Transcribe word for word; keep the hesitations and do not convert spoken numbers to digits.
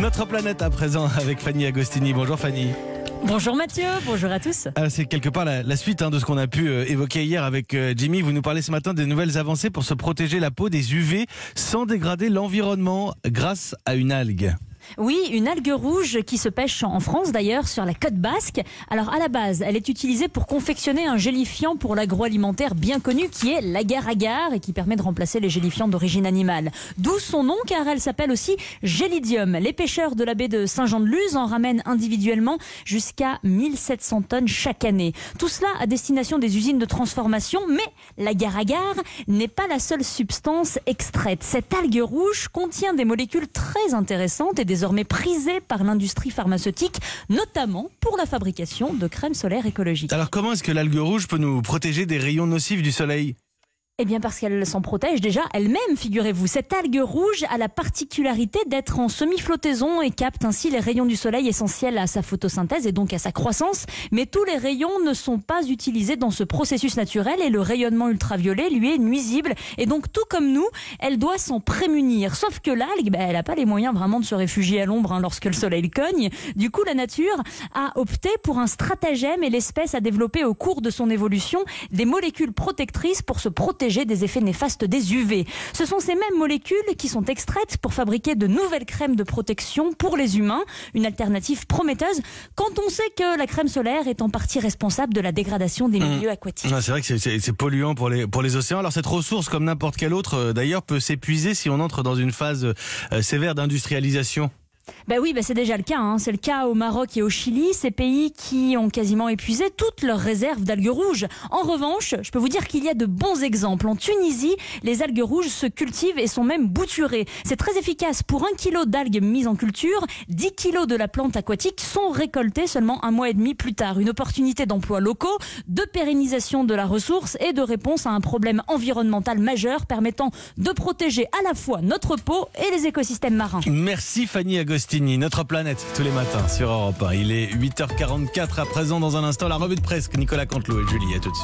Notre planète à présent avec Fanny Agostini. Bonjour Fanny. Bonjour Mathieu, bonjour à tous. Alors c'est quelque part la, la suite hein, de ce qu'on a pu euh, évoquer hier avec euh, Jimmy. Vous nous parlez ce matin des nouvelles avancées pour se protéger la peau des U V sans dégrader l'environnement grâce à une algue. Oui, une algue rouge qui se pêche en France d'ailleurs sur la côte basque. Alors à la base, elle est utilisée pour confectionner un gélifiant pour l'agroalimentaire bien connu qui est l'agar-agar et qui permet de remplacer les gélifiants d'origine animale. D'où son nom car elle s'appelle aussi gélidium. Les pêcheurs de la baie de Saint-Jean-de-Luz en ramènent individuellement jusqu'à mille sept cents tonnes chaque année. Tout cela à destination des usines de transformation, mais l'agar-agar n'est pas la seule substance extraite. Cette algue rouge contient des molécules très intéressantes et des désormais prisé par l'industrie pharmaceutique, notamment pour la fabrication de crèmes solaires écologiques. Alors comment est-ce que l'algue rouge peut nous protéger des rayons nocifs du soleil ? Eh bien parce qu'elle s'en protège déjà elle-même, figurez-vous. Cette algue rouge a la particularité d'être en semi-flottaison et capte ainsi les rayons du soleil essentiels à sa photosynthèse et donc à sa croissance. Mais tous les rayons ne sont pas utilisés dans ce processus naturel et le rayonnement ultraviolet lui est nuisible. Et donc tout comme nous, elle doit s'en prémunir. Sauf que l'algue, ben, elle n'a pas les moyens vraiment de se réfugier à l'ombre hein, lorsque le soleil cogne. Du coup, la nature a opté pour un stratagème et l'espèce a développé au cours de son évolution des molécules protectrices pour se protéger des effets néfastes des U V. Ce sont ces mêmes molécules qui sont extraites pour fabriquer de nouvelles crèmes de protection pour les humains, une alternative prometteuse quand on sait que la crème solaire est en partie responsable de la dégradation des milieux mmh. aquatiques. Ah, c'est vrai que c'est, c'est, c'est polluant pour les, pour les océans. Alors cette ressource, comme n'importe quelle autre euh, d'ailleurs, peut s'épuiser si on entre dans une phase euh, sévère d'industrialisation. Ben oui, ben c'est déjà le cas. Hein. C'est le cas au Maroc et au Chili, ces pays qui ont quasiment épuisé toutes leurs réserves d'algues rouges. En revanche, je peux vous dire qu'il y a de bons exemples. En Tunisie, les algues rouges se cultivent et sont même bouturées. C'est très efficace. Pour un kilo d'algues mises en culture, dix kilos de la plante aquatique sont récoltés seulement un mois et demi plus tard. Une opportunité d'emplois locaux, de pérennisation de la ressource et de réponse à un problème environnemental majeur permettant de protéger à la fois notre peau et les écosystèmes marins. Merci Fanny Agostini. Notre planète, tous les matins sur Europe un. Il est huit heures quarante-quatre à présent. Dans un instant, la revue de presse. Nicolas Canteloup et Julie, à tout de suite.